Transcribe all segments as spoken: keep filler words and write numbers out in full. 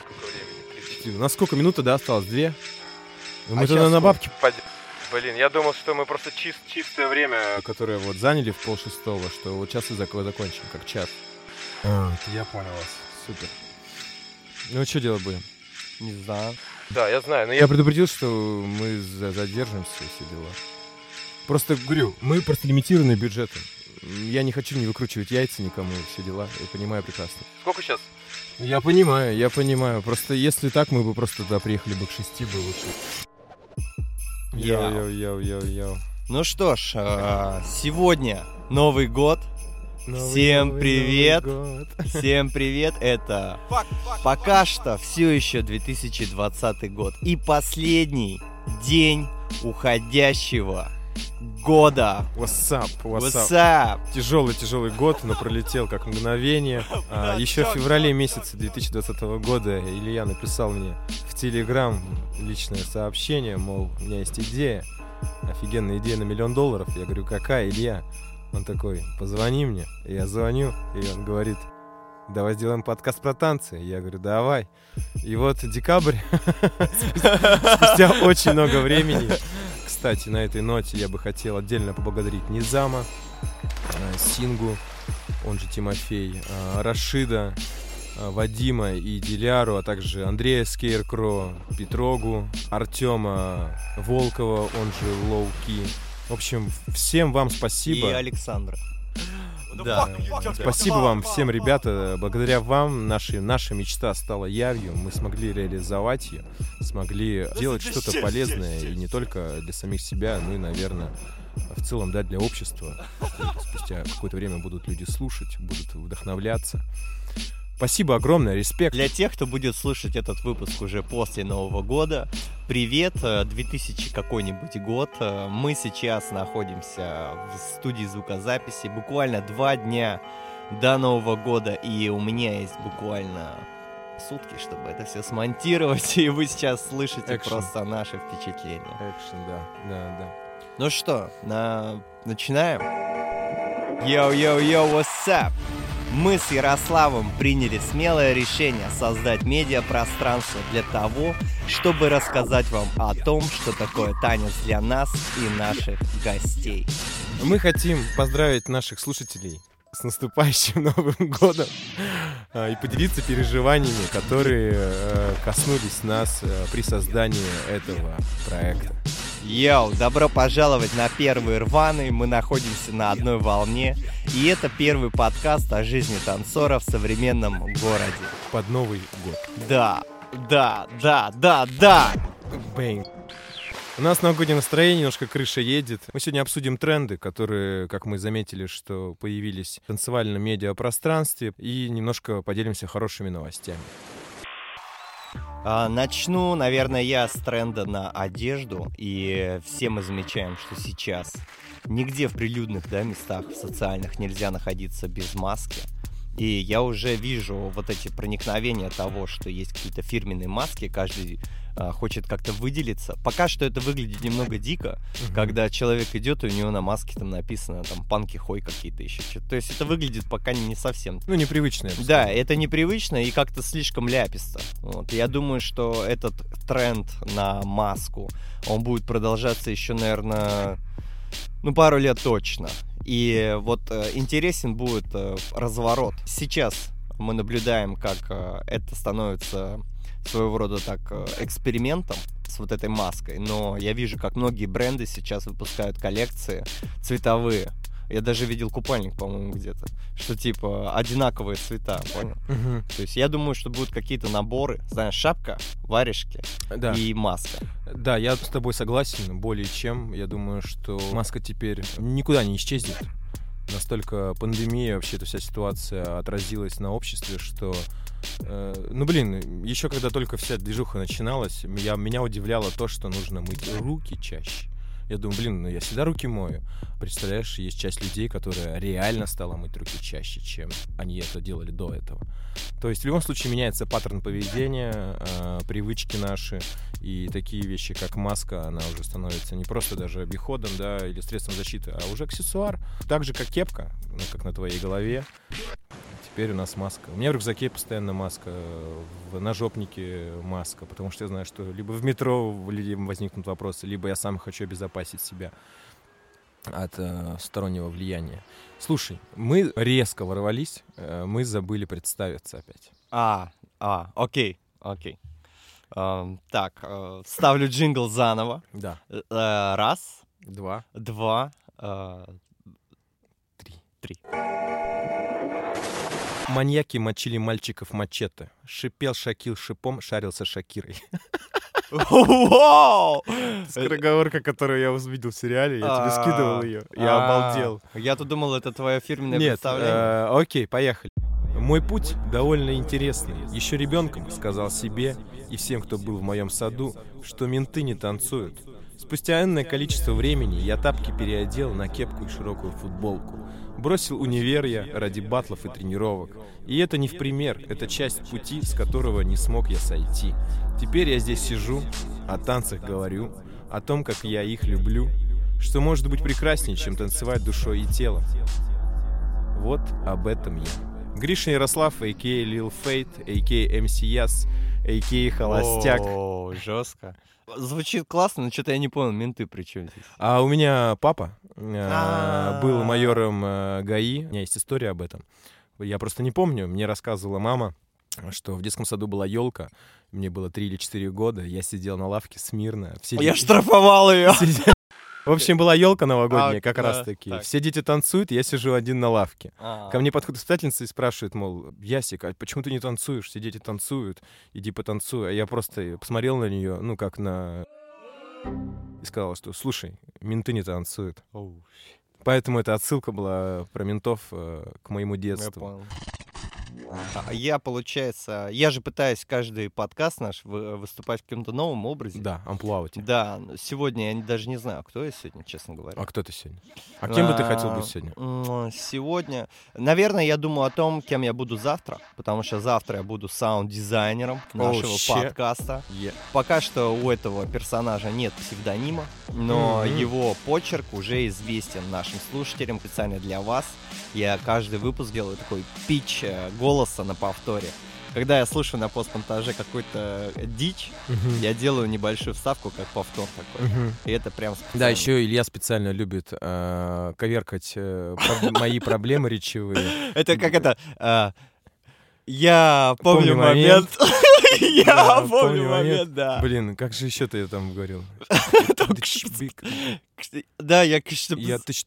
сколько времени? У нас сколько, минуты, да, осталось? Две? Мы а тогда на бабки... Пойдем. Блин, я думал, что мы просто чист, чистое время... Которое вот заняли в полшестого, что вот сейчас и закончим, как час. А, я понял вас. Супер. Ну, что делать будем? Не знаю. Да, я знаю, но я... Я предупредил, что мы задержимся, все дела. Просто, говорю, мы просто лимитированы бюджетом. Я не хочу не выкручивать яйца никому, все дела. Я понимаю прекрасно. Сколько сейчас? Я понимаю, я понимаю. Просто если так, мы бы просто туда приехали бы к шести, бы лучше. Йоу-йоу-йоу-йоу-йоу. Ну что ж, сегодня Новый год. Новый, Всем новый, привет! Новый Всем привет! Это пока что все еще две тысячи двадцатый год. И последний день уходящего года. What's up, what's, what's up? Тяжелый-тяжелый год, но пролетел как мгновение. А, еще в феврале месяце две тысячи двадцатого года Илья написал мне в Телеграм личное сообщение, мол, у меня есть идея, офигенная идея на миллион долларов. Я говорю, какая, Илья? Он такой, позвони мне. И я звоню, и он говорит, давай сделаем подкаст про танцы. Я говорю, давай. И вот декабрь, спустя очень много времени. Кстати, на этой ноте я бы хотел отдельно поблагодарить Низама, Сингу, он же Тимофей, Рашида, Вадима и Диляру, а также Андрея Скейркро, Петрогу, Артема Волкова, он же Лоуки. В общем, всем вам спасибо. И Александра. Да, спасибо вам всем, ребята. Благодаря вам наша, наша мечта стала явью. Мы смогли реализовать ее, смогли делать что-то полезное. И не только для самих себя, но и, наверное, в целом, да, для общества. Спустя какое-то время будут люди слушать, будут вдохновляться. Спасибо огромное, респект. Для тех, кто будет слушать этот выпуск уже после Нового года, привет, две тысячи какой-нибудь год. Мы сейчас находимся в студии звукозаписи. Буквально два дня до Нового года, и у меня есть буквально сутки, чтобы это все смонтировать, и вы сейчас слышите Action. Просто наши впечатления. Экшен, да, да, да. Ну что, на... начинаем? Йоу-йоу-йоу, what's up? Мы с Ярославом приняли смелое решение создать медиапространство для того, чтобы рассказать вам о том, что такое танец для нас и наших гостей. Мы хотим поздравить наших слушателей с наступающим Новым годом и поделиться переживаниями, которые коснулись нас при создании этого проекта. Йоу, добро пожаловать на первый рваный, мы находимся на одной волне, и это первый подкаст о жизни танцора в современном городе. Под Новый год. Да, да, да, да, да! Бэнг. У нас новогоднее настроение, немножко крыша едет. Мы сегодня обсудим тренды, которые, как мы заметили, что появились в танцевальном медиапространстве, и немножко поделимся хорошими новостями. Начну, наверное, я с тренда на одежду, и все мы замечаем, что сейчас нигде в прилюдных, да, местах, в социальных нельзя находиться без маски. И я уже вижу вот эти проникновения того, что есть какие-то фирменные маски, каждый а, хочет как-то выделиться. Пока что это выглядит немного дико, mm-hmm. когда человек идет, и у него на маске там написано там панки хой какие-то еще что-то. То есть это выглядит пока не совсем... Ну, непривычно. Да, это непривычно и как-то слишком ляписто. Вот. Я думаю, что этот тренд на маску, он будет продолжаться еще, наверное, ну, пару лет точно. И вот э, интересен будет э, разворот. Сейчас мы наблюдаем, как э, это становится своего рода так э, экспериментом с вот этой маской. Но я вижу, как многие бренды сейчас выпускают коллекции цветовые. Я даже видел купальник, по-моему, где-то, что типа одинаковые цвета, понял? Угу. То есть я думаю, что будут какие-то наборы, знаешь, шапка, варежки, да, и маска. Да, я с тобой согласен, более чем. Я думаю, что маска теперь никуда не исчезнет. Настолько пандемия, вообще эта вся ситуация отразилась на обществе, что... Э, ну, блин, еще когда только вся движуха начиналась, я, меня удивляло то, что нужно мыть руки чаще. Я думаю, блин, ну я всегда руки мою. Представляешь, есть часть людей, которая реально стала мыть руки чаще, чем они это делали до этого. То есть в любом случае меняется паттерн поведения, э, привычки наши, и такие вещи, как маска, она уже становится не просто даже обиходом, да, или средством защиты, а уже аксессуар. Так же, как кепка, ну, как на твоей голове. теперь у нас маска. У меня в рюкзаке постоянно маска, в нажопнике маска, потому что я знаю, что либо в метро у людей возникнут вопросы, либо я сам хочу обезопасить себя от э, стороннего влияния. Слушай, мы резко ворвались, э, мы забыли представиться опять. А, а, окей, окей. Эм, так, э, ставлю джингл заново. Да. Э, раз, Два. два, э, Три. три. Маньяки мочили мальчиков мачете. Шипел Шакил шипом, шарился Шакирой. Вау! Скороговорка, которую я увидел в сериале, я тебе скидывал ее. Я обалдел. Я тут думал, это твое фирменное Нет, представление. э, окей, поехали. Мой путь довольно интересный. Еще ребенком сказал себе и всем, кто был в моем саду, что менты не танцуют. Спустя энное количество времени я тапки переодел на кепку и широкую футболку. Бросил универ я ради батлов и тренировок. И это не в пример, это часть пути, с которого не смог я сойти. Теперь я здесь сижу, о танцах говорю, о том, как я их люблю, что может быть прекраснее, чем танцевать душой и телом. Вот об этом я. Гриша Ярослав, а.к.а. Lil Fate, а.к.а. эм си Яс, а.к.а. Холостяк. О, жестко. Звучит классно, но что-то я не понял, менты при чем здесь? А у меня папа э, А-а-а. был майором э, ГАИ. У меня есть история об этом. Я просто не помню. Мне рассказывала мама, что в детском саду была елка. Мне было три или четыре года. Я сидел на лавке смирно. Все Я дети- штрафовал ее. сидели- В общем, была елка новогодняя, А, как да, раз таки. так. Все дети танцуют, я сижу один на лавке. А. Ко мне подходит воспитательница и спрашивает, мол, Ясик, а почему ты не танцуешь? Все дети танцуют, иди потанцуй. А я просто посмотрел на нее, ну, как на... И сказал, что, слушай, менты не танцуют. Оу, Поэтому эта отсылка была про ментов э, к моему я детству. понял. А Я, получается, я же пытаюсь каждый подкаст наш вы- выступать в каком-то новом образе. Да, амплуа у тебя. Да, сегодня я даже не знаю, кто я сегодня, честно говоря. А кто ты сегодня? А кем бы ты хотел А, быть сегодня? м, Сегодня, наверное, я думаю о том, кем я буду завтра, потому что завтра я буду саунд-дизайнером нашего shit. подкаста. Yeah. Пока что у этого персонажа нет псевдонима, но Мгм. его почерк уже известен нашим слушателям специально для вас. Я каждый выпуск делаю такой пич э, голоса на повторе. Когда я слушаю на постмонтаже какую-то дичь, Мгм. я делаю небольшую вставку, как повтор такой. Мгм. И это прям специально. Да, еще Илья специально любит э, коверкать э, проб- мои проблемы речевые. Это как это... а, я помню Помню момент. Я Да, помню момент, да. Блин, как же еще ты там говорил? Только что- Да, я... конечно, Я тысяч-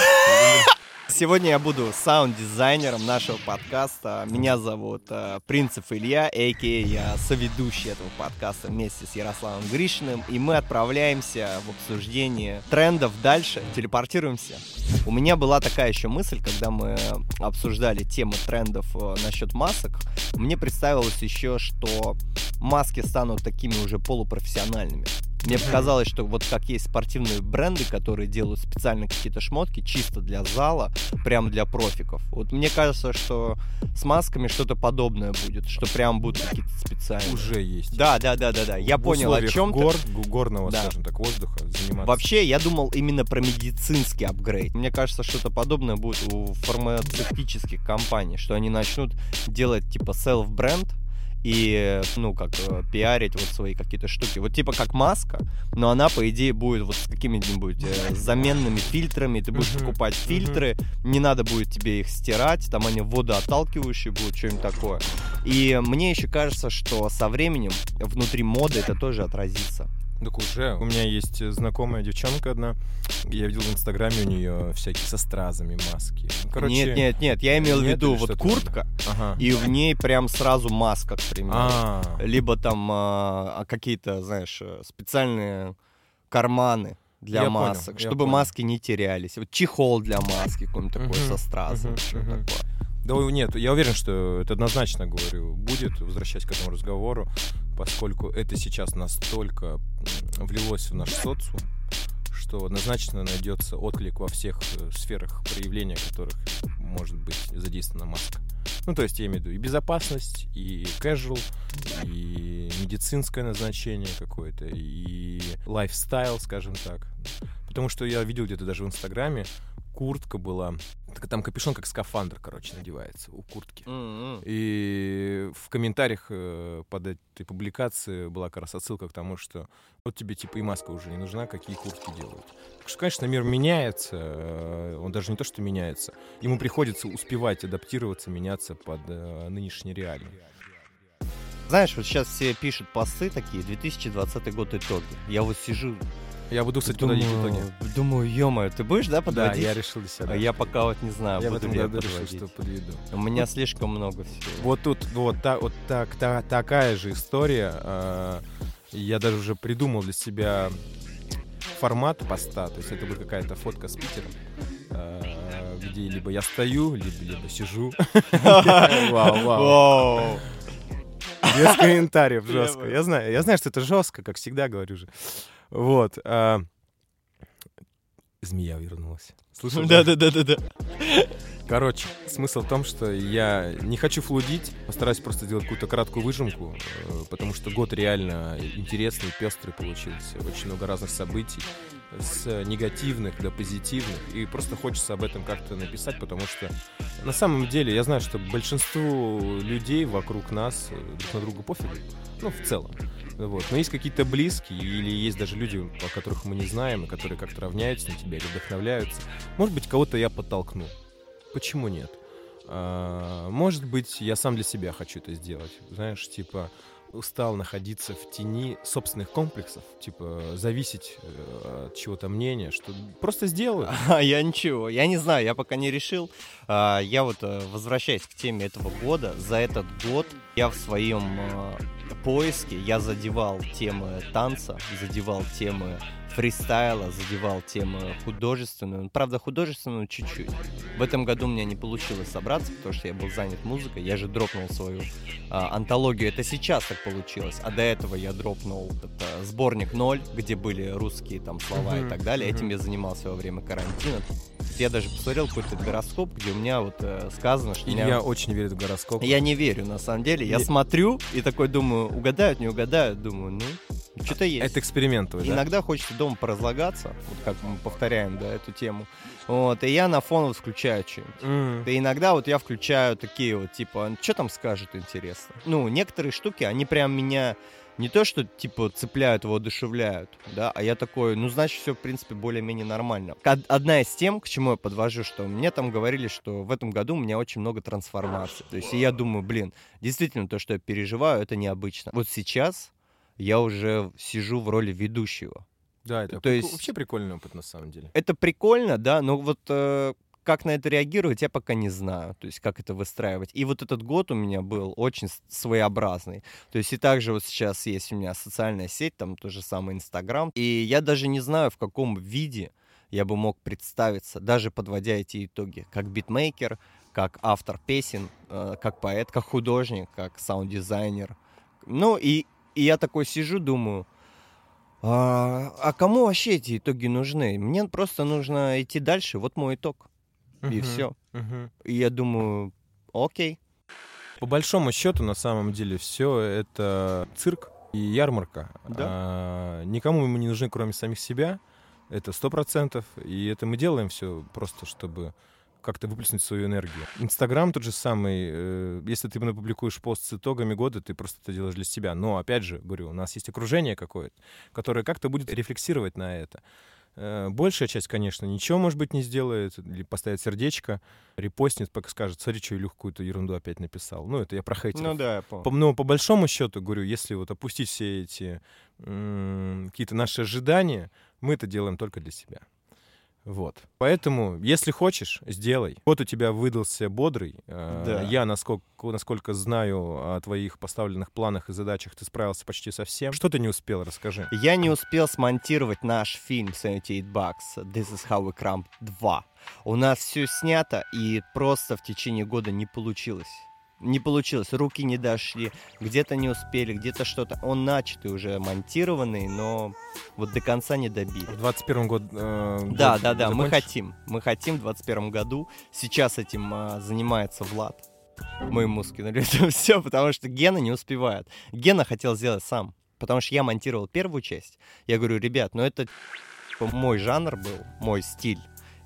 Сегодня я буду саунд-дизайнером нашего подкаста. Меня зовут э, Принцев Илья, а.к.а. я соведущий этого подкаста вместе с Ярославом Гришиным. И мы отправляемся в обсуждение трендов дальше, телепортируемся. У меня была такая еще мысль, когда мы обсуждали темы трендов э, насчет масок. Мне представилось еще, что маски станут такими уже полупрофессиональными. Мне показалось, что вот как есть спортивные бренды, которые делают специально какие-то шмотки чисто для зала, прям для профиков. Вот мне кажется, что с масками что-то подобное будет, что прям будут какие-то специальные. Уже есть. Да, да, да, да, да. Я В понял о условиях чем гор, гу- горного, Да. скажем так, воздуха заниматься. Вообще, я думал именно про медицинский апгрейд. Мне кажется, что-то подобное будет у фармацевтических компаний, что они начнут делать типа селф-бренд и, ну, как э, пиарить вот свои какие-то штуки. Вот типа как маска, но она, по идее, будет вот с какими-нибудь э, заменными фильтрами. Ты будешь Мгм, покупать мгм. фильтры, не надо будет тебе их стирать, там они водоотталкивающие будут, что-нибудь такое. И мне еще кажется, что со временем внутри моды это тоже отразится. Так уже. У меня есть знакомая девчонка одна. Я видел в Инстаграме у нее всякие со стразами маски. Ну, короче, Нет, нет, нет, я имел в нет виду или вот что-то куртка, Ага. и в ней прям сразу маска, к примеру. А, Либо там а, какие-то, знаешь, э, специальные карманы для Я понял, масок, я чтобы понял. маски не терялись. Вот чехол для маски какой-нибудь такой Мгм, со стразом, мгм, что-то мгм. такое. да нет, я уверен, что это однозначно, говорю, будет, возвращаясь к этому разговору, поскольку это сейчас настолько м, влилось в наш социум, что однозначно найдется отклик во всех э, сферах проявления, в которых может быть задействована маска. Ну, то есть я имею в виду и безопасность, и casual, и медицинское назначение какое-то, и лайфстайл, скажем так. Потому что я видел где-то даже в Инстаграме, куртка была Так там капюшон как скафандр, короче, надевается у куртки. М-м. И в комментариях э, под этой публикацией была как раз отсылка к тому, что вот тебе типа и маска уже не нужна, какие куртки делают. Так что, конечно, мир меняется, э, он даже не то, что меняется, ему приходится успевать адаптироваться, меняться под э, нынешние реалии. Знаешь, вот сейчас все пишут посты такие, две тысячи двадцатый год итоги. Я вот сижу, Я буду, кстати, подводить итоги. думаю, ё-моё, ты будешь, да, Да, подводить? я решил для себя. А да. я пока вот не знаю, Я в буду этом ли я году решил, подводить. что подведу. У меня слишком много всего. Вот тут вот, та, вот так, та- такая же история. э, Я даже уже придумал для себя формат поста. То есть это будет какая-то фотка с Питером, э, где либо я стою, либо, либо сижу. Вау, вау. Вау. Без комментариев, Я жестко. понял. Я знаю, я знаю, что это жестко, как всегда говорю же. Вот. а, Змея вернулась. Слышал? да? Да-да-да-да-да. Короче, смысл в том, что я не хочу флудить, постараюсь просто сделать какую-то краткую выжимку, э, потому что год реально интересный, пестрый получился. Очень много разных событий, с негативных до позитивных, и просто хочется об этом как-то написать, потому что на самом деле я знаю, что большинству людей вокруг нас э, друг на друга пофигу, ну, в целом. Вот. Но есть какие-то близкие, или есть даже люди, о которых мы не знаем, и которые как-то равняются на тебя или вдохновляются. Может быть, кого-то я подтолкну. Почему нет? А, может быть, я сам для себя хочу это сделать. Знаешь, типа, устал находиться в тени собственных комплексов, типа, зависеть э, от чего-то мнения, что просто сделаю. А я ничего, я не знаю, я пока не решил. А, Я вот, э, возвращаясь к теме этого года, за этот год я в своем э, поиске, я задевал темы танца, задевал темы фристайла, задевал темы художественную. Правда, художественную чуть-чуть. В этом году у меня не получилось собраться, потому что я был занят музыкой. Я же дропнул свою а, антологию. Это сейчас так получилось. А до этого я дропнул это, сборник ноль, где были русские там слова Мгм, и так далее. Этим мгм. я занимался во время карантина. Я даже посмотрел какой-то гороскоп, где у меня вот э, сказано, что у меня... Илья очень верит в гороскоп. Я не верю, на самом деле. Я Не- смотрю и такой думаю, угадают, не угадают. Думаю, ну, что-то есть. Это эксперимент твой, да? Иногда хочется дома поразлагаться, вот как мы повторяем, да, эту тему. Вот, и я на фон включаю что-нибудь. М. И иногда вот я включаю такие вот, типа, что там скажут, интересно. Ну, некоторые штуки, они прям меня не то, что, типа, цепляют, воодушевляют, да, а я такой, ну, значит, все, в принципе, более-менее нормально. Од- Одна из тем, к чему я подвожу, что мне там говорили, что в этом году у меня очень много трансформаций. То есть и я думаю, блин, действительно, то, что я переживаю, это необычно. Вот сейчас я уже сижу в роли ведущего. Да, это То прик- есть- вообще прикольный опыт на самом деле. Это прикольно, да, но вот э, как на это реагировать, я пока не знаю. То есть как это выстраивать. И вот этот год у меня был очень с- своеобразный. То есть и также вот сейчас есть у меня социальная сеть, там тот же самый Инстаграм. И я даже не знаю, в каком виде я бы мог представиться, даже подводя эти итоги. Как битмейкер, как автор песен, э, как поэт, как художник, как саунд-дизайнер. Ну и, и я такой сижу, думаю... А, а кому вообще эти итоги нужны? Мне просто нужно идти дальше. Вот мой итог. И Мгм, все. мгм. И я думаю, окей. По большому счету, на самом деле, все это цирк и ярмарка. Да. А, никому мы не нужны, кроме самих себя. Это сто процентов. И это мы делаем все просто, чтобы как-то выплеснуть свою энергию. Инстаграм тот же самый. э, Если ты напубликуешь пост с итогами года, ты просто это делаешь для себя. Но, опять же, говорю, у нас есть окружение какое-то, которое как-то будет рефлексировать на это. Э, Большая часть, конечно, ничего, может быть, не сделает, или поставит сердечко, репостнет, пока скажет, смотри, что Илюх какую-то ерунду опять написал. Ну, это я про хейтеров. Ну да, я понял. По- Но по большому счету, говорю, если вот опустить все эти м, какие-то наши ожидания, мы это делаем только для себя. Вот. Поэтому, если хочешь, сделай. Год у тебя выдался бодрый. Э, Да. Я, насколько, насколько знаю о твоих поставленных планах и задачах, ты справился почти со всем. Что ты не успел, расскажи. Я не успел смонтировать наш фильм семьдесят восемь Bucks This is how we crumb два. У нас все снято, и просто в течение года не получилось. Не получилось, руки не дошли, где-то не успели, где-то что-то. Он начатый уже, монтированный, но вот до конца не добили. В двадцать первом году... э, Да, год да, да, мы закончишь? хотим. Мы хотим в двадцать первом году. Сейчас этим а, занимается Влад. Мы ему скинули это все, потому что Гена не успевает. Гена хотел сделать сам, потому что я монтировал первую часть. Я говорю, ребят, ну это типа, мой жанр был, мой стиль.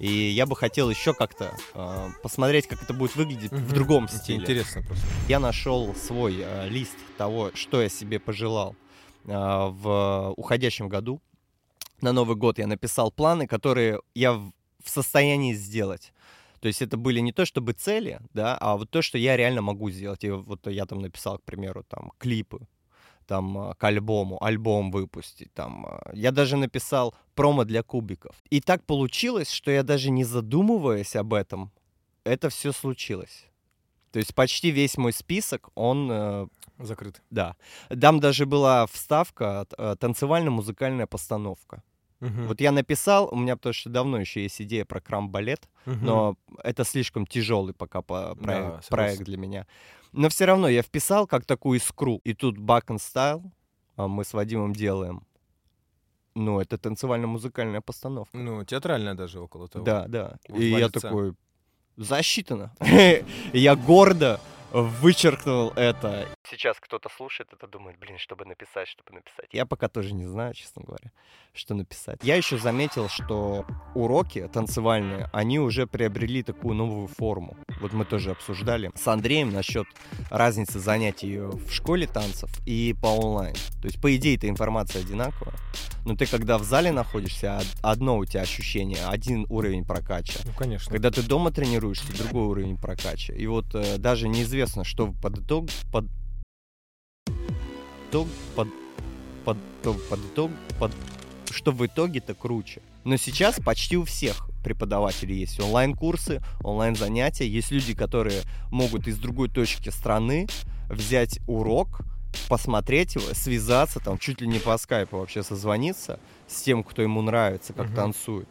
И я бы хотел еще как-то э, посмотреть, как это будет выглядеть Мгм. в другом Это стиле. интересно просто. Я нашел свой э, лист того, что я себе пожелал э, в уходящем году. На Новый год я написал планы, которые я в, в состоянии сделать. То есть это были не то чтобы цели, да, а вот то, что я реально могу сделать. И вот я там написал, к примеру, там клипы, там э, к альбому, альбом выпустить, там. э, Я даже написал промо для кубиков. И так получилось, что я даже не задумываясь об этом, это все случилось. То есть почти весь мой список, он, э, Закрыт. да. Там даже была вставка, э, танцевально-музыкальная постановка. Мгм. Вот я написал, у меня потому что давно еще есть идея про крам-балет, Мгм. но это слишком тяжелый пока по- Да, проект, согласен. проект для меня. Но все равно я вписал как такую искру. И тут Back and Style а, мы с Вадимом делаем. Ну, это танцевально-музыкальная постановка. Ну, театральная даже около того. Да, да. Вот И два я лица. такой, засчитано. Я гордо вычеркнул это. Сейчас кто-то слушает это, думает, блин, чтобы написать, чтобы написать. Я пока тоже не знаю, честно говоря, что написать. Я еще заметил, что уроки танцевальные, они уже приобрели такую новую форму. Вот мы тоже обсуждали с Андреем насчет разницы занятий в школе танцев и по онлайн. То есть, по идее, эта информация одинаковая. Но ты, когда в зале находишься, од- одно у тебя ощущение, один уровень прокача. Ну, конечно. Когда ты дома тренируешься, другой уровень прокача. И вот э, даже неизвестно, что под итог... Под... итог- под... Под... итог- под итог... Под... Что в итоге-то круче. Но сейчас почти у всех преподавателей есть онлайн-курсы, онлайн-занятия. Есть люди, которые могут из другой точки страны взять урок, посмотреть его, связаться, там чуть ли не по скайпу вообще созвониться с тем, кто ему нравится, как Мгм. танцует.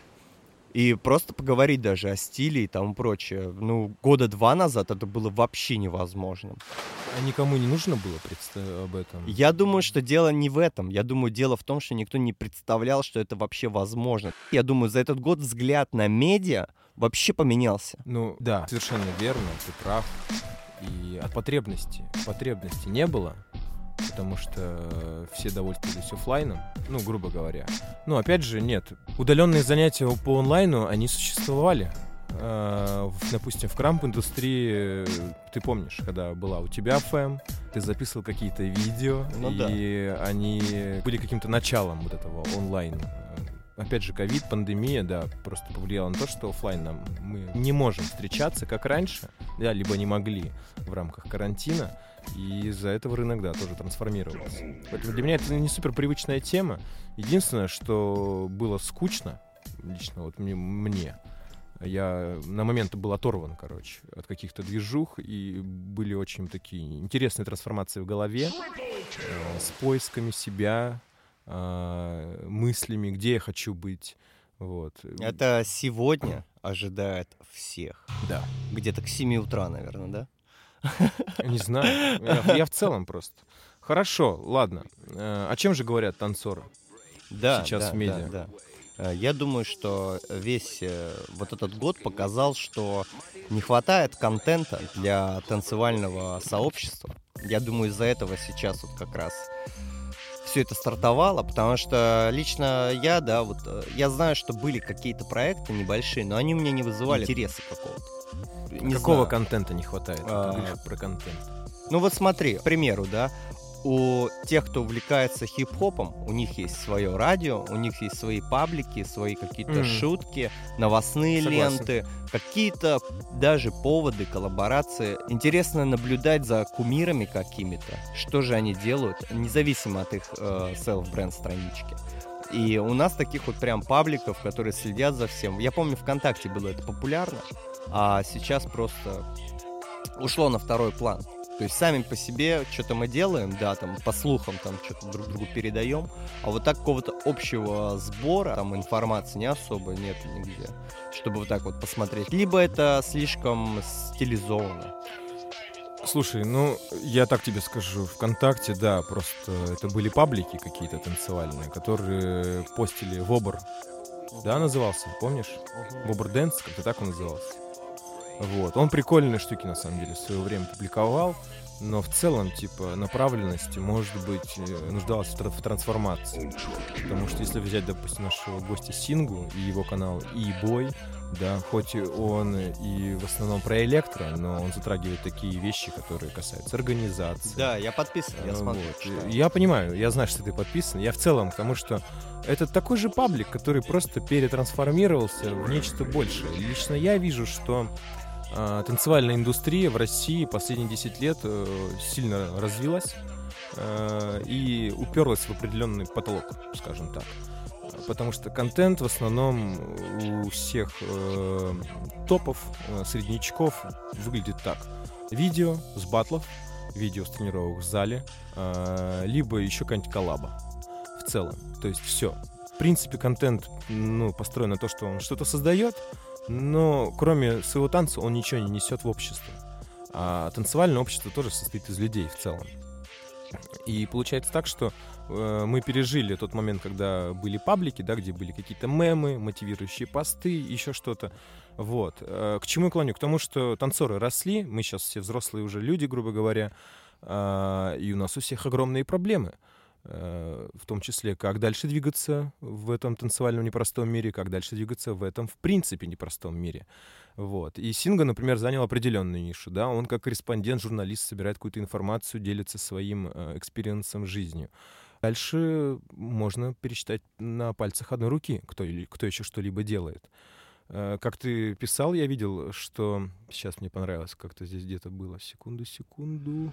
И просто поговорить даже о стиле и тому прочее. Ну, года два назад это было вообще невозможно. А никому не нужно было представить об этом? Я думаю, что дело не в этом. Я думаю, дело в том, что никто не представлял, что это вообще возможно. Я думаю, за этот год взгляд на медиа вообще поменялся. Ну, да, совершенно верно, ты прав. И от потребности, потребности не было, потому что все довольствовались оффлайном, ну, грубо говоря. Ну, опять же, нет. Удаленные занятия по онлайну, они существовали. Э, в- Допустим, в крамп-индустрии, э, ты помнишь, когда была у тебя ФМ, ты записывал какие-то видео, Ну и да. они были каким-то началом вот этого онлайн. Опять же, ковид, пандемия, да, просто повлияла на то, что оффлайн нам мы не можем встречаться, как раньше, да, либо не могли в рамках карантина, и из-за этого рынок, да, тоже трансформировался. Поэтому для меня это не супер привычная тема. Единственное, что было скучно, лично вот мне, мне, я на момент был оторван, короче, от каких-то движух, и были очень такие интересные трансформации в голове, э, с поисками себя, э, мыслями, где я хочу быть. Вот. Это сегодня ожидает всех. Да. Где-то к семи утра, наверное, да? Не знаю. Я, я в целом просто. Хорошо, ладно. Э, О чем же говорят танцоры? Да, Сейчас да, в медиа. да, да. Э, Я думаю, что весь э, вот этот год показал, что не хватает контента для танцевального сообщества. Я думаю, из-за этого сейчас вот как раз все это стартовало, потому что лично я, да, вот э, я знаю, что были какие-то проекты небольшие, но они у меня не вызывали интереса какого-то. Не Какого знаю. контента не хватает? Ты А, говоришь про контент. Ну вот смотри, к примеру, да, у тех, кто увлекается хип-хопом, у них есть свое радио, у них есть свои паблики, свои какие-то Мгм. шутки, новостные Согласен. ленты, какие-то даже поводы, коллаборации. Интересно наблюдать за кумирами какими-то, что же они делают, независимо от их э, селф-бренд странички. И у нас таких вот прям пабликов, которые следят за всем. Я помню, ВКонтакте было это популярно, а сейчас просто ушло на второй план. То есть сами по себе что-то мы делаем, да, там по слухам там что-то друг другу передаем, а вот так какого-то общего сбора там информации не особо нет нигде, чтобы вот так вот посмотреть. Либо это слишком стилизовано. Слушай, ну, я так тебе скажу, ВКонтакте, да, просто это были паблики какие-то танцевальные, которые постили Вобр, да, назывался, помнишь? Вобр Дэнс, как-то так он назывался. Вот, он прикольные штуки, на самом деле, в свое время публиковал, но в целом, типа, направленность, может быть, нуждалась в, тр- в трансформации. Потому что если взять, допустим, нашего гостя Сингу и его канал «И-бой», да, хоть он и в основном про электро, но он затрагивает такие вещи, которые касаются организации. Да, я подписан, я смотрю. Вот. Я понимаю, я знаю, что ты подписан. Я в целом, потому что это такой же паблик, который просто перетрансформировался в нечто большее. Лично я вижу, что э, танцевальная индустрия в России последние десять лет э, сильно развилась э, и уперлась в определенный потолок, скажем так. Потому что контент в основном у всех э, топов, э, среднячков выглядит так. Видео с батлов, видео с тренировок в зале, э, либо еще какая-нибудь коллаба в целом. То есть все. В принципе, контент ну, построен на то, что он что-то создает, но кроме своего танца он ничего не несет в общество. А танцевальное общество тоже состоит из людей в целом. И получается так, что э, мы пережили тот момент, когда были паблики, да, где были какие-то мемы, мотивирующие посты, еще что-то. Вот. Э, к чему я клоню? К тому, что танцоры росли, мы сейчас все взрослые уже люди, грубо говоря, э, и у нас у всех огромные проблемы. Э, в том числе, как дальше двигаться в этом танцевальном непростом мире, как дальше двигаться в этом, в принципе, непростом мире. Вот. И Синга, например, занял определенную нишу. Да? Он как корреспондент, журналист собирает какую-то информацию, делится своим э, экспириенсом, жизнью. Дальше можно пересчитать на пальцах одной руки, кто, кто еще что-либо делает. Э, как ты писал, я видел, что... Сейчас мне понравилось, как-то здесь где-то было. Секунду, секунду.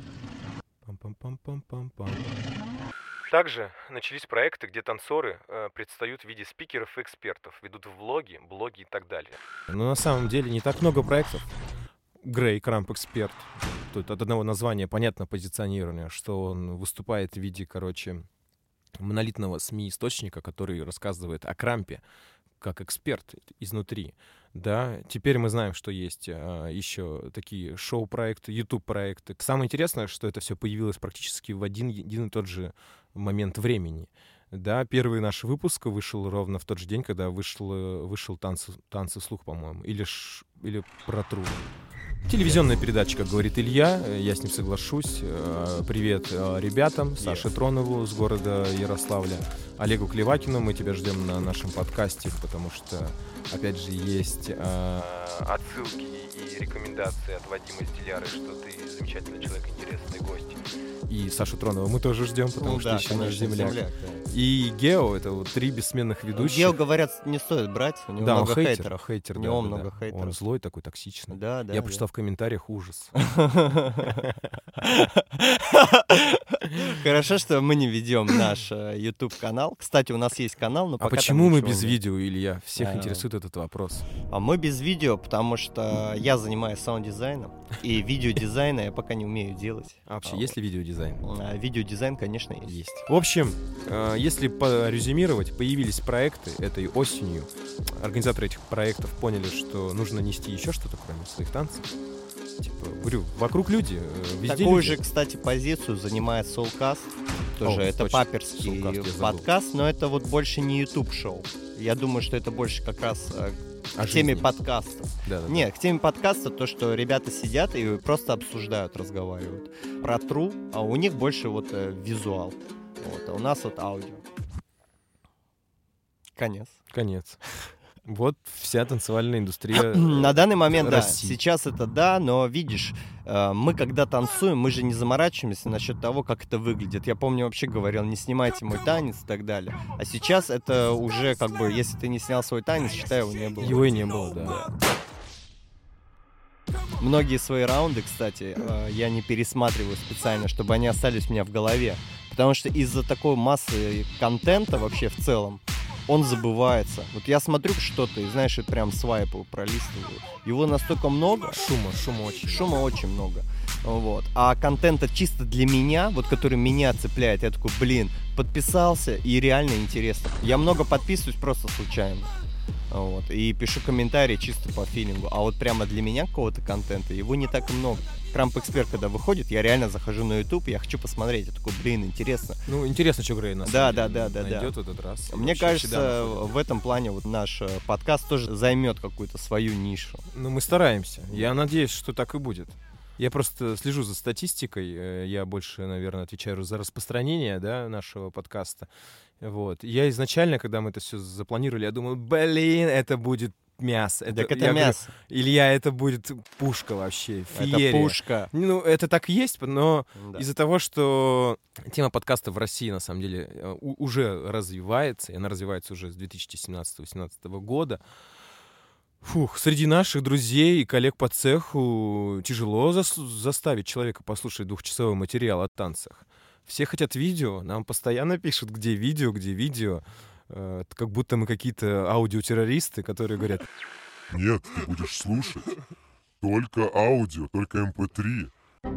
Пам-пам-пам-пам-пам-пам. Также начались проекты, где танцоры э, предстают в виде спикеров и экспертов, ведут влоги, блоги и так далее. Но на самом деле не так много проектов. Грей, Крамп Эксперт. Тут от одного названия понятно позиционирование, что он выступает в виде, короче, монолитного СМИ-источника, который рассказывает о Крампе как эксперт изнутри. Да, теперь мы знаем, что есть а, еще такие шоу-проекты, YouTube-проекты. Самое интересное, что это все появилось практически в один, один и тот же момент времени. Да, первый наш выпуск вышел ровно в тот же день, когда вышел, вышел танцы, танцы вслух, по-моему, или, ш, или про тру. Телевизионная передача, как говорит Илья, я с ним соглашусь. Привет ребятам, Саше Тронову с города Ярославля, Олегу Клевакину, мы тебя ждем на нашем подкасте, потому что, опять же, есть э, отсылки и рекомендации от Вадима Стиляры, что ты замечательный человек, интересный гость. И Сашу Тронова мы тоже ждем, потому ну, что да, еще наш земляк. земляк да. И Гео, это вот три бессменных ведущих. Гео, говорят, не стоит брать, у него да, много хейтер, хейтеров. хейтер, у него да, много да. хейтеров. Он злой такой, токсичный. Да, да, Я да. прочитал в комментариях ужас. Хорошо, что мы не ведем наш YouTube-канал. Кстати, у нас есть канал, но а пока почему мы без видео, Илья? Всех а, интересует этот вопрос. А мы без видео, потому что я занимаюсь саунд-дизайном, и видеодизайна я пока не умею делать. А вообще, а, есть ли видеодизайн? А, видеодизайн, конечно, есть. Есть. В общем, если порезюмировать, появились проекты этой осенью. Организаторы этих проектов поняли, что нужно нести еще что-то, кроме своих танцев. Типа, говорю, вокруг люди, везде Такую люди. же, кстати, позицию занимает Soulcast. Тоже О, это точно. паперский Soulcast, подкаст, но это вот больше не YouTube-шоу. Я думаю, что это больше как раз э, О к теме жизни. подкаста. Да, да, Нет, к теме подкаста то, что ребята сидят и просто обсуждают, разговаривают про тру, а у них больше вот э, визуал. Вот, а у нас вот аудио. Конец. Конец. Вот вся танцевальная индустрия. На данный момент, России. да. Сейчас это да, но видишь, мы когда танцуем, мы же не заморачиваемся насчет того, как это выглядит. Я помню, вообще говорил, не снимайте мой танец и так далее. А сейчас это уже как бы, если ты не снял свой танец, считай, его не было. Его и не было, да. Многие свои раунды, кстати, я не пересматриваю специально, чтобы они остались у меня в голове. Потому что из-за такой массы контента вообще в целом, он забывается. Вот я смотрю что-то и, знаешь, и прям свайпаю, пролистываю. Его настолько много. Шума, шума очень. Шума очень много. Вот. А контента чисто для меня, вот который меня цепляет, я такой, блин, подписался и реально интересно. Я много подписываюсь просто случайно. Вот. И пишу комментарии чисто по филингу. А вот прямо для меня какого-то контента его не так много. Крамп Эксперт, когда выходит, я реально захожу на YouTube, я хочу посмотреть. Я такой, блин, интересно. Ну, интересно, что Грей нас да, да, да, да, найдет да. в этот раз. Мне кажется, в этом плане вот наш подкаст тоже займет какую-то свою нишу. Ну, мы стараемся. Я надеюсь, что так и будет. Я просто слежу за статистикой. Я больше, наверное, отвечаю за распространение, да, нашего подкаста. Вот. Я изначально, когда мы это все запланировали, я думаю, блин, это будет мясо. Так это я мясо. Говорю, Илья, это будет пушка вообще, феерия. Это пушка. Ну, это так и есть, но Да. из-за того, что тема подкаста в России, на самом деле, у- уже развивается, и она развивается уже с две тысячи семнадцатого-восемнадцатого года, фух, среди наших друзей и коллег по цеху тяжело зас- заставить человека послушать двухчасовой материал о танцах. Все хотят видео, нам постоянно пишут, где видео, где видео. Э, Как будто мы какие-то аудиотеррористы, которые говорят, Нет, ты будешь слушать только аудио, только эм пэ три.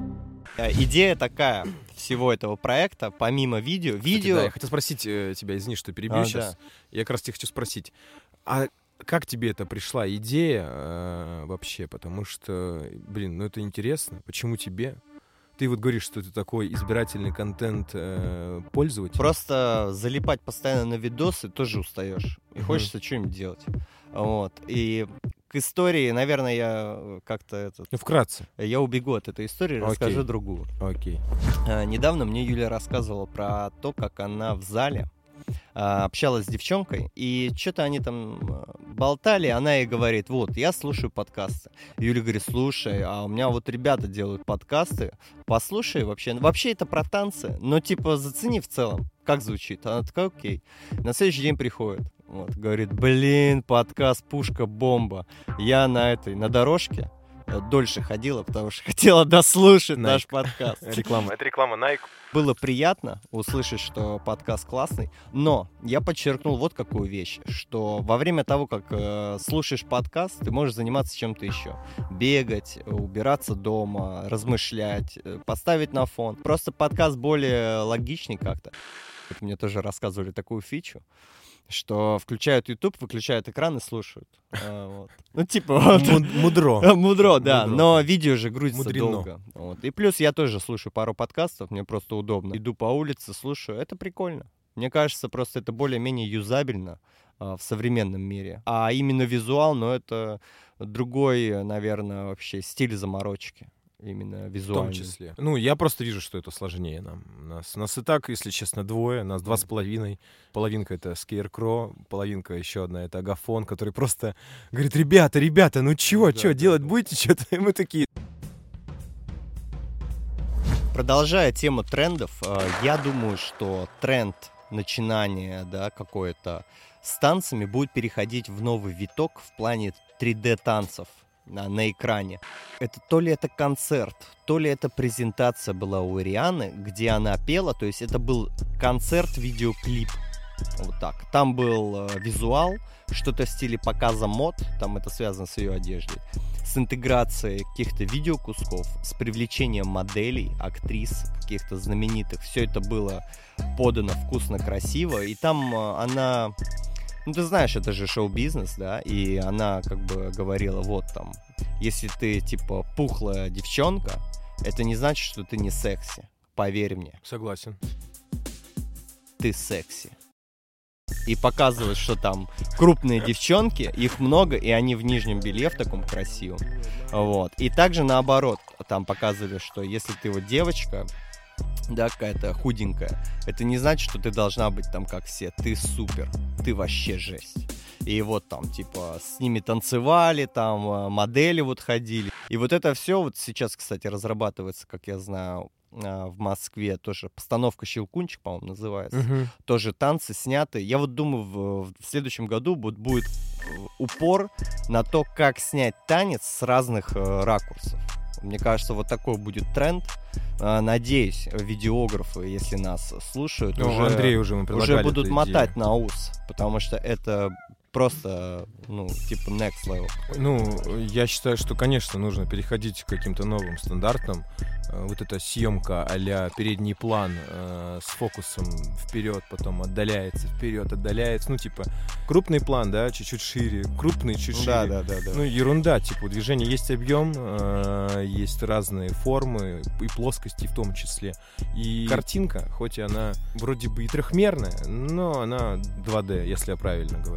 Э, Идея такая всего этого проекта, помимо видео, Кстати, видео... да, я хотел спросить э, тебя, извини, что перебью А, сейчас. да. Я как раз тебе хочу спросить, а как тебе это пришла идея э, вообще? Потому что, блин, ну это интересно. Почему тебе? Ты вот говоришь, что ты такой избирательный контент э, пользователь. Просто залипать постоянно на видосы тоже устаешь. И Мгм. хочется что-нибудь делать. Вот. И к истории, наверное, я как-то этот... Ну, вкратце. Я убегу от этой истории, Окей. расскажу другую. Окей. А, Недавно мне Юля рассказывала про то, как она в зале а, общалась с девчонкой, и что-то они там а, болтали, она ей говорит, вот, я слушаю подкасты. Юля говорит, слушай, а у меня вот ребята делают подкасты, послушай вообще. Вообще это про танцы, но типа зацени в целом, как звучит. Она такая, окей. На следующий день приходит, вот, говорит, блин, подкаст «Пушка-бомба». Я на этой, на дорожке э, дольше ходила, потому что хотела дослушать наш Nike. подкаст. Реклама. Это реклама Nike. Было приятно услышать, что подкаст классный, но я подчеркнул вот какую вещь, что во время того, как э, слушаешь подкаст, ты можешь заниматься чем-то еще. Бегать, убираться дома, размышлять, э, поставить на фон. Просто подкаст более логичный как-то. Вот мне тоже рассказывали такую фичу, что включают YouTube, выключают экран и слушают. А, вот. Ну, типа... вот. Муд- Мудро. Мудро, да, Мудро. но видео же грузится Мудрено. долго. Вот. И плюс я тоже слушаю пару подкастов, мне просто удобно. Иду по улице, слушаю, это прикольно. Мне кажется, просто это более-менее юзабельно а, в современном мире. А именно визуал, ну, это другой, наверное, вообще стиль заморочки. Именно В том визуально. числе. Ну, я просто вижу, что это сложнее нам. Нас, нас и так, если честно, двое, нас два с половиной. Половинка — это Scarecrow, половинка еще одна — это Агафон, который просто говорит, ребята, ребята, ну чего, Да, чего, да, делать да. будете что-то? И мы такие, Продолжая тему трендов, э, я думаю, что тренд начинания, да, какое-то с танцами будет переходить в новый виток в плане три дэ-танцев на, на экране. Это то ли это концерт, то ли это презентация была у Рианы, где она пела, то есть это был концерт-видеоклип. Вот так. Там был э, визуал, что-то в стиле показа мод, там это связано с ее одеждой, с интеграцией каких-то видеокусков, с привлечением моделей, актрис, каких-то знаменитых. Все это было подано вкусно, красиво, и там э, она... Ну, ты знаешь, это же шоу-бизнес, да, и она как бы говорила, вот там, если ты, типа, пухлая девчонка, это не значит, что ты не секси. Поверь мне, согласен. ты секси. И показывают, что там крупные девчонки, их много, и они в нижнем белье в таком красивом. Вот. И также наоборот, там показывали, что если ты вот девочка, да, какая-то худенькая, это не значит, что ты должна быть там как все. Ты супер, ты вообще жесть. И вот там, типа, с ними танцевали, там э, модели вот ходили. И вот это все вот сейчас, кстати, разрабатывается, как я знаю, э, в Москве тоже. Постановка «Щелкунчик», по-моему, называется. Мгм. Тоже танцы сняты. Я вот думаю, в, в следующем году будет, будет э, упор на то, как снять танец с разных э, ракурсов. Мне кажется, вот такой будет тренд. Э, Надеюсь, видеографы, если нас слушают, Ну, уже, Андрею уже мы предлагали уже будут эту мотать идею. на ус, потому что это просто, ну, типа next level. Ну, я считаю, что, конечно, нужно переходить к каким-то новым стандартам. Э, Вот эта съемка а-ля передний план э, с фокусом вперед, потом отдаляется, вперед, отдаляется. Ну, типа, крупный план, да, чуть-чуть шире, крупный чуть шире. Да, да, да, да. Ну, ерунда, типа, у движения есть объем, э, есть разные формы и плоскости в том числе. И картинка, хоть и она вроде бы и трехмерная, но она два дэ, если я правильно говорю об этом.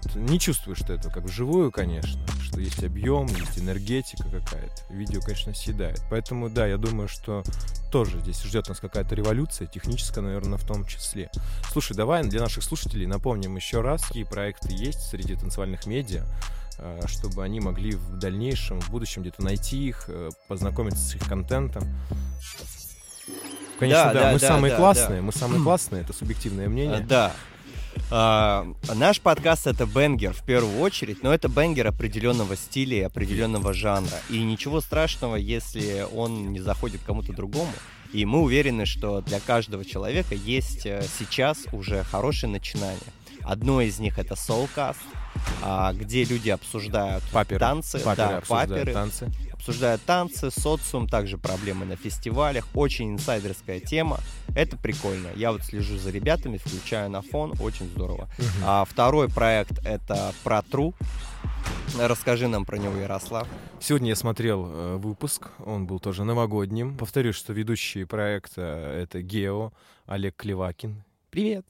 не чувствуешь что это как вживую, конечно, что есть объем, есть энергетика какая-то. Видео, конечно, съедает. Поэтому, да, я думаю, что тоже здесь ждет нас какая-то революция, техническая, наверное, в том числе. Слушай, давай для наших слушателей напомним еще раз, какие проекты есть среди танцевальных медиа, чтобы они могли в дальнейшем, в будущем где-то найти их, познакомиться с их контентом. Конечно, да, да, мы да, самые да, классные, да. мы самые классные, это субъективное мнение. Да. А, наш подкаст — это бенгер в первую очередь, но это бенгер определенного стиля и определенного жанра. И ничего страшного, если он не заходит кому-то другому. И мы уверены, что для каждого человека есть сейчас уже хорошее начинание. Одно из них — это Soulcast, где люди обсуждают паперы. танцы, паперы, да, обсуждают паперы, танцы. обсуждают танцы, социум, также проблемы на фестивалях. Очень инсайдерская тема. Это прикольно. Я вот слежу за ребятами, включаю на фон, очень здорово. Uh-huh. А второй проект — это про True. Расскажи нам про него, Ярослав. Сегодня я смотрел э, выпуск, он был тоже новогодним. Повторюсь, что ведущий проекта — это Гео, Олег Клевакин. Привет!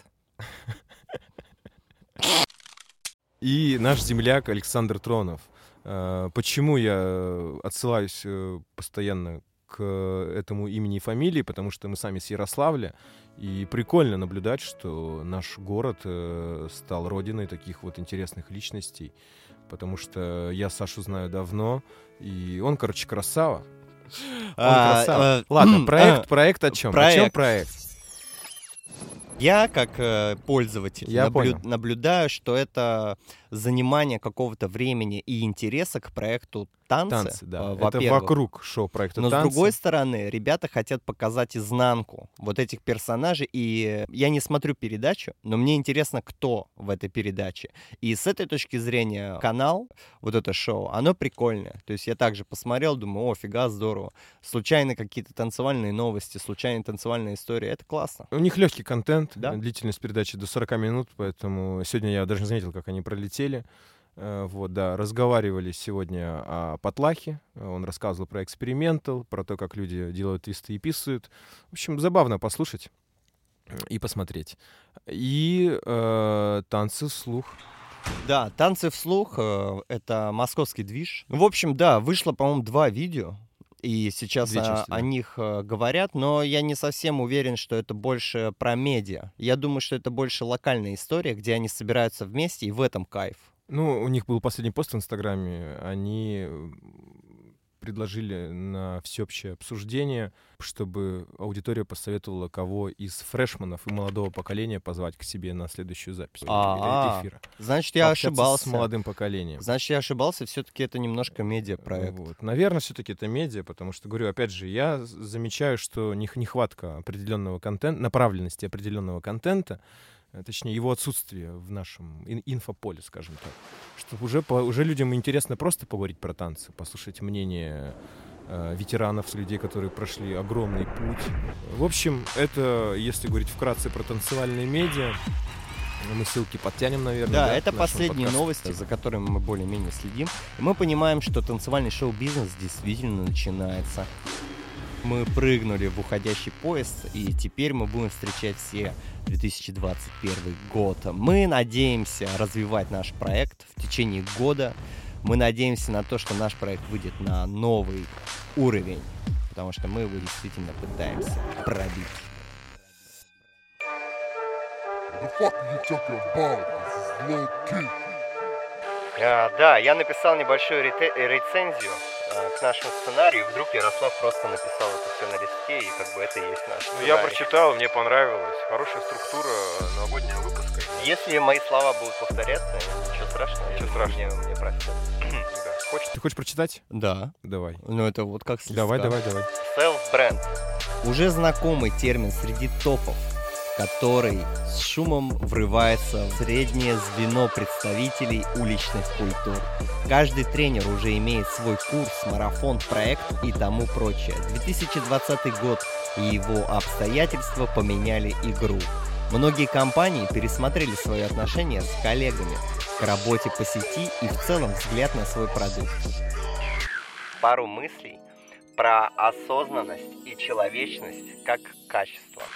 И наш земляк Александр Тронов. Почему я отсылаюсь постоянно к этому имени и фамилии? Потому что мы сами с Ярославля, и прикольно наблюдать, что наш город стал родиной таких вот интересных личностей. Потому что я Сашу знаю давно, и он, короче, красава. Он а, красава. А, Ладно, проект, а, проект о чем? Проект. О чем проект? Я, как э, пользователь, Я наблю- наблюдаю, что это занимание какого-то времени и интереса к проекту танцы. Танцы, да. Э, это вокруг шоу-проекта Но танцы. с другой стороны, ребята хотят показать изнанку вот этих персонажей. И я не смотрю передачу, но мне интересно, кто в этой передаче. И с этой точки зрения канал, вот это шоу, оно прикольное. То есть я также посмотрел, думаю, о, фига, здорово. Случайно какие-то танцевальные новости, случайные танцевальные истории. Это классно. У них легкий контент. Да? Длительность передачи до сорок минут, поэтому сегодня я даже не заметил, как они пролетели. Вот, да, разговаривали сегодня о Потлахе, он рассказывал про экспериментал, про то, как люди делают твисты и писают. В общем, забавно послушать и посмотреть. И э, танцы вслух. Да, танцы вслух э, — это московский движ. В общем, да, вышло, по-моему, два видео. И сейчас части, о, да. о них э, говорят, но я не совсем уверен, что это больше про медиа. Я думаю, что это больше локальная история, где они собираются вместе, и в этом кайф. Ну, у них был последний пост в Инстаграме, они предложили на всеобщее обсуждение, чтобы аудитория посоветовала, кого из фрешманов и молодого поколения позвать к себе на следующую запись А-а-а. эфира. Значит, я Пообщаться ошибался. с молодым поколением. Значит, я ошибался, все-таки это немножко медиапроект. Вот. Наверное, все-таки это медиа, потому что, говорю, опять же, я замечаю, что нехватка определенного контента, направленности определенного контента, точнее, его отсутствие в нашем инфополе, скажем так. Что уже, по, уже людям интересно просто поговорить про танцы, послушать мнение э, ветеранов, людей, которые прошли огромный путь. В общем, это, если говорить вкратце про танцевальные медиа, мы ссылки подтянем, наверное. Да, да это последние подкасту. новости, за которыми мы более-менее следим. И мы понимаем, что танцевальный шоу-бизнес действительно начинается. Мы прыгнули в уходящий поезд, и теперь мы будем встречать все две тысячи двадцать первый год. Мы надеемся развивать наш проект в течение года. Мы надеемся на то, что наш проект выйдет на новый уровень, потому что мы его действительно пытаемся пробить. А, да, я написал небольшую рете- рецензию к нашему сценарию, вдруг Ярослав просто написал это все на листе, и как бы это и есть наш сценарий. Я прочитал, мне понравилось. Хорошая структура новогоднего выпуска. Если мои слова будут повторяться, ничего страшного. Ничего страшного. Мне, мне простят. Да. Хочешь? Ты хочешь прочитать? Да. Давай. Ну это вот как с листка. Давай, давай, давай. Self-бренд. Уже знакомый термин среди топов, который с шумом врывается в среднее звено представителей уличных культур. Каждый тренер уже имеет свой курс, марафон, проект и тому прочее. две тысячи двадцатый год и его обстоятельства поменяли игру. Многие компании пересмотрели свои отношения с коллегами, к работе по сети и в целом взгляд на свой продукт. Пару мыслей про осознанность и человечность как качество.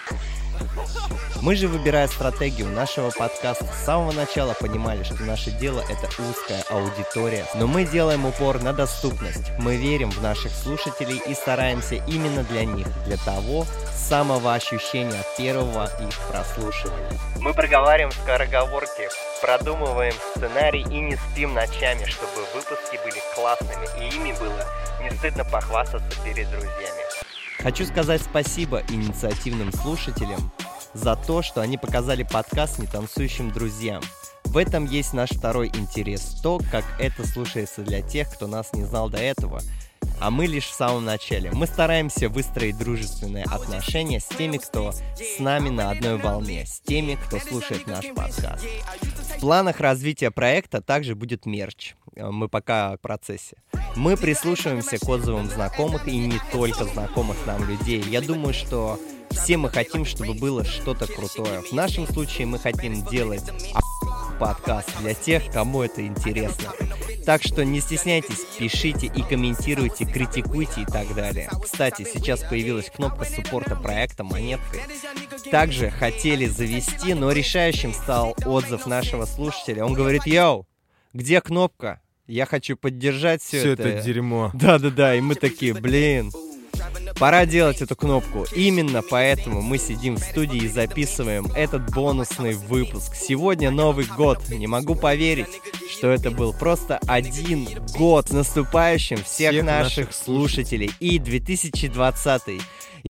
Мы же, выбирая стратегию нашего подкаста, с самого начала понимали, что наше дело — это узкая аудитория. Но мы делаем упор на доступность. Мы верим в наших слушателей и стараемся именно для них, для того самого ощущения от первого их прослушивания. Мы проговариваем скороговорки, продумываем сценарий и не спим ночами, чтобы выпуски были классными и ими было не стыдно похвастаться перед друзьями. Хочу сказать спасибо инициативным слушателям за то, что они показали подкаст нетанцующим друзьям. В этом есть наш второй интерес, то, как это слушается для тех, кто нас не знал до этого, а мы лишь в самом начале. Мы стараемся выстроить дружественные отношения с теми, кто с нами на одной волне, с теми, кто слушает наш подкаст. В планах развития проекта также будет мерч. Мы пока в процессе. Мы прислушиваемся к отзывам знакомых и не только знакомых нам людей. Я думаю, что все мы хотим, чтобы было что-то крутое. В нашем случае мы хотим делать подкаст для тех, кому это интересно. Так что не стесняйтесь, пишите и комментируйте, критикуйте и так далее. Кстати, сейчас появилась кнопка суппорта проекта монеткой. Также хотели завести, но решающим стал отзыв нашего слушателя. Он говорит: «Йоу, где кнопка? Я хочу поддержать все, Все это». это дерьмо. Да-да-да, и мы такие: блин, пора делать эту кнопку. Именно поэтому мы сидим в студии и записываем этот бонусный выпуск. Сегодня Новый год. Не могу поверить, что это был просто один год. С наступающим всех, Всех наших, наших слушателей. И две тысячи двадцатый.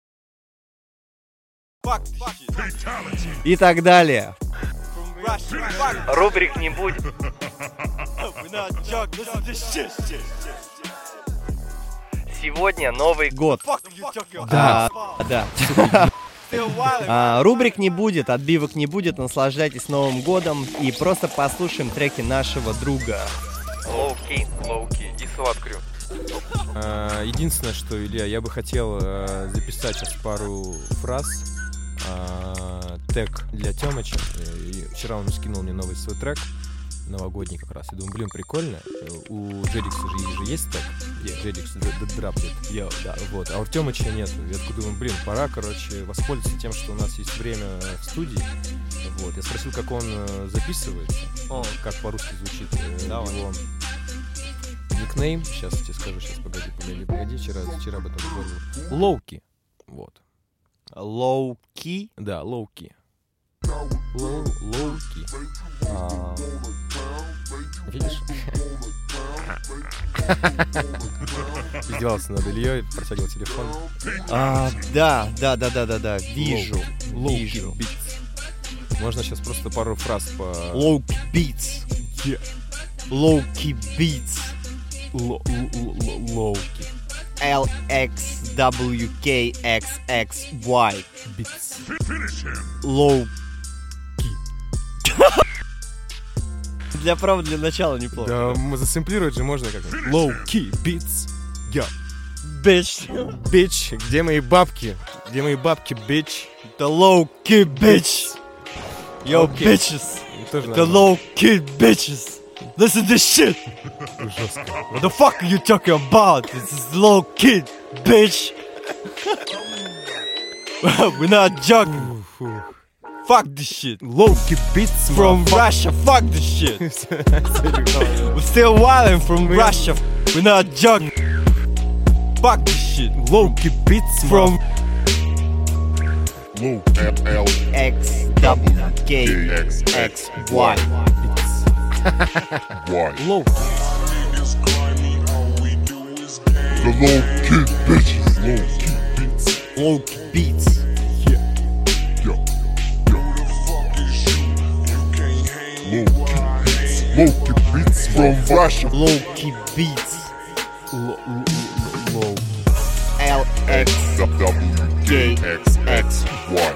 И так далее. Рубрик не будет. Сегодня Новый год. Да, да. А, рубрик не будет, отбивок не будет. Наслаждайтесь Новым годом и просто послушаем треки нашего друга Лоуки, Лоуки и Сват Крю. А, Единственное, что, Илья, я бы хотел а, записать сейчас пару фраз. А, тег для Тёмыча. И вчера он скинул мне новый свой трек, новогодний как раз. Я думаю, блин, прикольно. У Джедикса же, же есть тег, где Джедикс драплет. Йо, да. Вот. А у Тёмыча нет. Я такой думаю, блин, пора, короче, воспользоваться тем, что у нас есть время в студии. Вот. Я спросил, как он записывается. О. Как по-русски звучит э, Давай. его никнейм. Сейчас я тебе скажу, сейчас, погоди, погоди, погоди. Вчера, вчера об этом говорил. Лоуки. Вот. Лоуки. Да, лоуки. Лоу, лоуки. А, видишь? Издевался над Ильей, протягивал телефон. А, да, да, да, да, да, да. Вижу. Лоуки Вижу. Beats. Можно сейчас просто пару фраз по... Лоуки Beats. Лоуки Beats. Лоуки. L X W K X X Y. Beats. Лоу. Для права, для начала неплохо. Да, мы засэмплировать же можно как-нибудь. Low-key beats. Yo. Bitch. Bitch, где мои бабки? Где мои бабки, bitch? The low-key bitch. Yo, Okay. bitches. Тоже The нормально. low-key bitches. Listen to this shit. Жестко. What the fuck are you talking about? This is low-key, bitch. We're not joking. Фу. Fuck this shit. Low-key beats From Russia, fuck this shit. We're still wildin' from Russia. We're not joking. Fuck this shit. Low-key beats From Low L L X W K X X Y. Y. Low. The low kid bitches. Low kid beats. Low beats. Yo. Yo. Low kid beats. Low kid beats from Russia. Low key beats. Low. L X W K X X Y.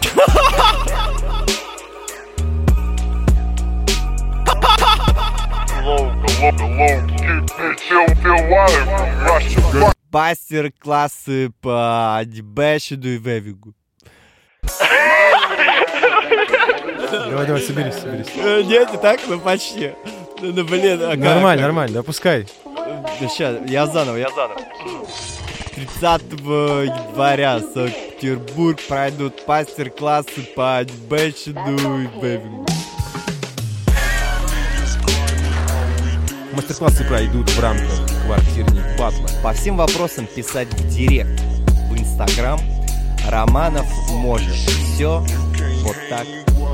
Low, the low kid bitch. Feel, feel wild from Russia. Мастер-классы по дебэшиду и вевигу. Давай, давай, соберись, соберись. Нет, не так, но почти. Ну, ну, блин, а как? Нормально, нормально, допускай. Сейчас, я заново, я заново. тридцатого января сорок Санкт-Петербург пройдут мастер-классы по анимейшену и вейвингу. Мастер-классы пройдут в рамках квартирник батла. По всем вопросам писать в директ в Инстаграм. Романов может. Все вот так.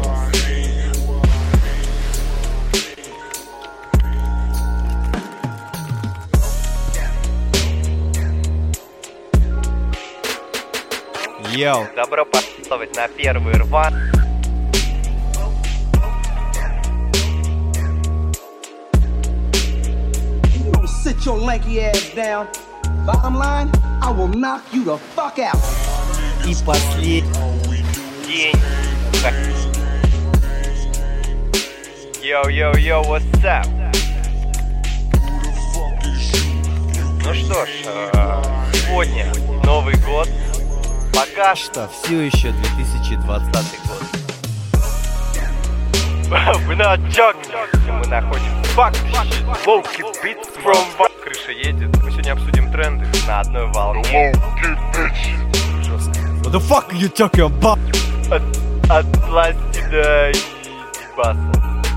Йоу, добро пожаловать на первый рван. Sit your lanky ass down. Bottom line, I will knock you the fuck out. И последний день. Йоу-йоу-йоу, what's up? Ну что ж, сегодня Новый год. Пока что все еще две тысячи двадцатый год. Мы на jogging. Мы находимся в Лоуки Бит from Крыша едет. Мы сегодня обсудим тренды. на одной волне. What the fuck are you talking about? От, от власти до ебаса.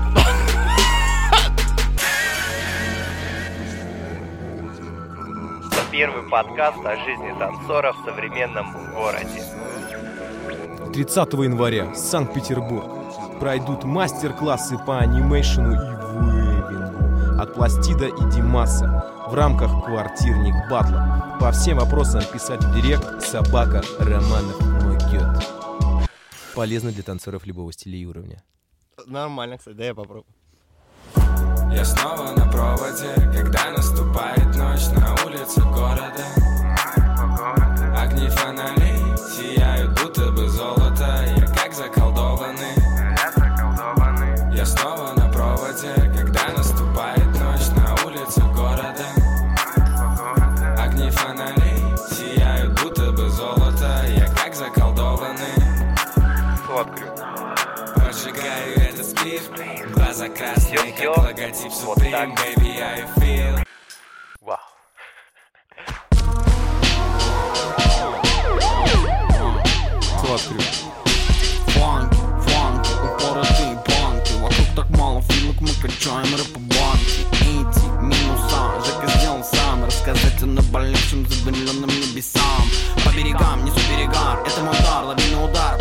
Это первый подкаст о жизни танцора в современном городе. тридцатого января, Санкт-Петербург. Пройдут мастер-классы по анимейшену и вейвингу от Пластида и Димаса в рамках квартирник батла. По всем вопросам писать в директ собака Романов могет. Полезно для танцоров любого стиля и уровня. Нормально, кстати, да я попробую. Я снова на проводе, когда наступает ночь на улице города. Огни фонарей сияют, будто бы золото. Я как заколдованный. Я снова на проводе, когда наступает ночь на улице города. Огни фонарей сияют, будто бы золото. Я как заколдованный. Поджигаю этот сплив, глаза красные, как логотип Supreme, baby, I feel. Вау. Кто открыл? Фанки, фанки, упоротые банки. Вокруг так мало филок, мы качаем рэп по банке. Эти минуса Жека сделал сам. Рассказать о наболевшем задымленным небесам. По берегам, несу перегар, это мой удар, лавина удар.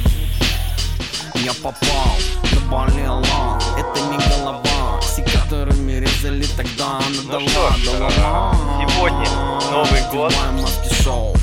Я попал, наболел он, это не голова. Все, которыми резали тогда, надала, Ну что ж, дала. сегодня Новый год. Одеваем маски шоу.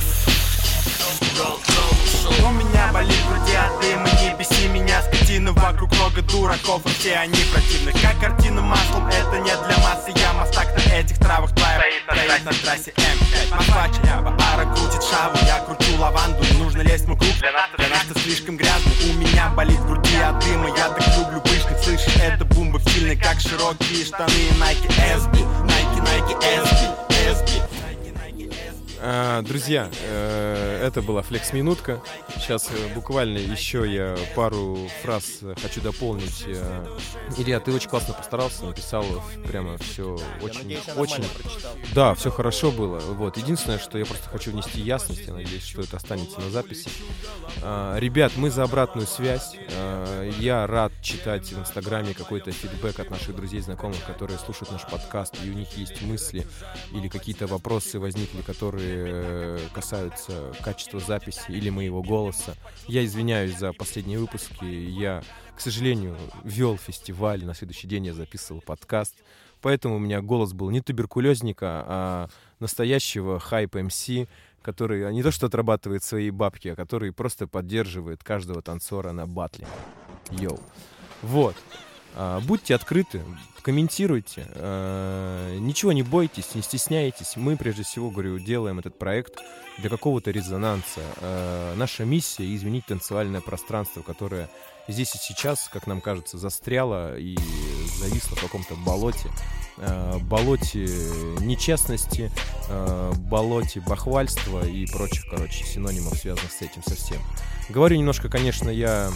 У меня болит в груди от дыма, не беси меня, скотина. Вокруг много дураков, и все они противны. Как картина маслом, это не для массы. Я мастак на этих травах, твоя стоит на трассе эм пять. Москва, Челябы, Ара крутит шаву, я кручу лаванду. Не нужно лезть в мой круг, для нас, для нас это слишком грязно. У меня болит в груди от дыма, я так люблю пышных. Слышишь, это бумба стильная, как широкие штаны Nike эс би, Nike, Nike эс би, эс би. А, друзья, э, это была флекс-минутка. Сейчас э, буквально еще я пару фраз э, хочу дополнить. Э, Илья, ты очень классно постарался, написал прямо все очень, надеюсь, я очень. нормально прочитал. Да, все хорошо было. Вот. Единственное, что я просто хочу внести ясность, я надеюсь, что это останется на записи. А, ребят, мы за обратную связь. А, я рад читать в Инстаграме какой-то фидбэк от наших друзей, знакомых, которые слушают наш подкаст, и у них есть мысли или какие-то вопросы возникли, которые касаются качества записи или моего голоса. Я извиняюсь за последние выпуски. Я, к сожалению, вел фестиваль. На следующий день я записывал подкаст. Поэтому у меня голос был не туберкулезника, а настоящего хайп-эм си, который не то что отрабатывает свои бабки, а который просто поддерживает каждого танцора на батле. Йоу. Вот. А, будьте открыты, комментируйте, а, ничего не бойтесь, не стесняйтесь. Мы, прежде всего, говорю, делаем этот проект для какого-то резонанса. А, наша миссия — изменить танцевальное пространство, которое здесь и сейчас, как нам кажется, застряло и зависло в каком-то болоте. А, болоте нечестности, а, болоте бахвальства и прочих, короче, синонимов, связанных с этим совсем. Говорю немножко, конечно, я...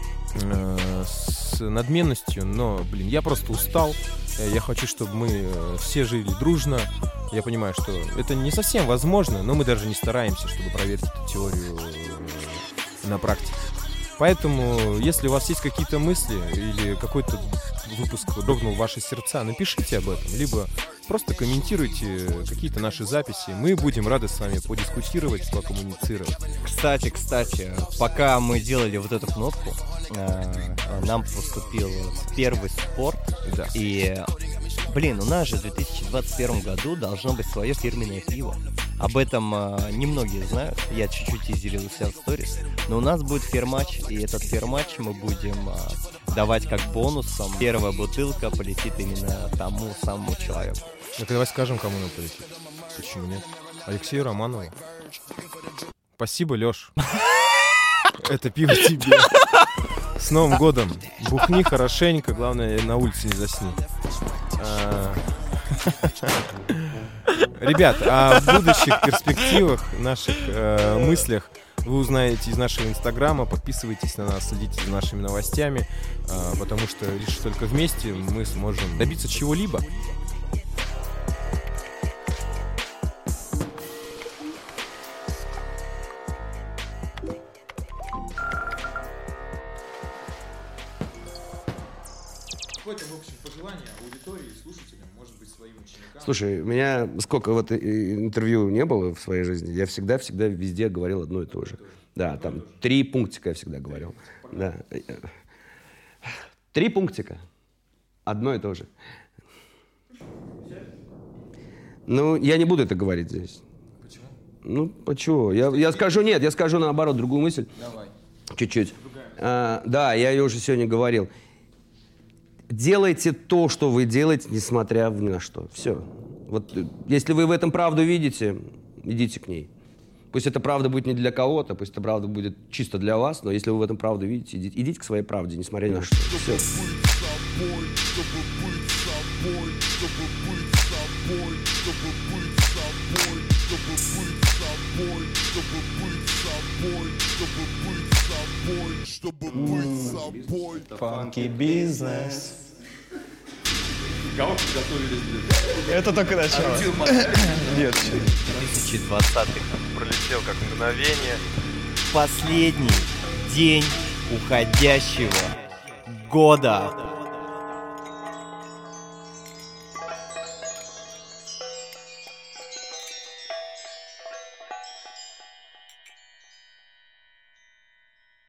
с надменностью, но, блин, я просто устал. Я хочу, чтобы мы все жили дружно. Я понимаю, что это не совсем возможно, но мы даже не стараемся, чтобы проверить эту теорию на практике. Поэтому, если у вас есть какие-то мысли или какой-то выпуск дрогнул ваши сердца, напишите об этом, либо просто комментируйте какие-то наши записи. Мы будем рады с вами подискутировать, покоммуницировать. Кстати, кстати, пока мы делали вот эту кнопку, нам поступил первый спорт. Да. И, блин, у нас же в две тысячи двадцать первом году должно быть свое фирменное пиво. Об этом э, немногие знают, я чуть-чуть изделил у себя в сторис. Но у нас будет фирмач, и этот фирмач мы будем э, давать как бонусом. Первая бутылка полетит именно тому самому человеку. Ну, давай скажем, кому она полетит. Почему нет? Алексею Романову. Спасибо, Лёш. Это пиво тебе. С Новым годом. Бухни хорошенько, главное, на улице не засни. Ребят, о будущих перспективах, наших э, мыслях вы узнаете из нашего инстаграма. Подписывайтесь на нас, следите за нашими новостями, э, потому что лишь только вместе мы сможем добиться чего-либо. Какое-то, в общем, пожелание аудитории, слушателям, может быть, своим ученикам? Слушай, у меня сколько вот интервью не было в своей жизни, я всегда-всегда везде говорил одно и то же. Да, там три пунктика я всегда говорил. Да. Три пунктика. Одно и то же. Ну, я не буду это говорить здесь. Почему? Ну, почему? Я, я скажу, нет, я скажу наоборот другую мысль. Давай. Чуть-чуть. А, да, я ее уже сегодня говорил. Делайте то, что вы делаете, несмотря ни на что. Все. Вот если вы в этом правду видите, идите к ней. Пусть эта правда будет не для кого-то, пусть эта правда будет чисто для вас, но если вы в этом правду видите, идите, идите к своей правде, несмотря ни на что. Все. Фанки бизнес. Это только начало. Нет, две тысячи двадцатый Пролетел как мгновение. последний день уходящего года.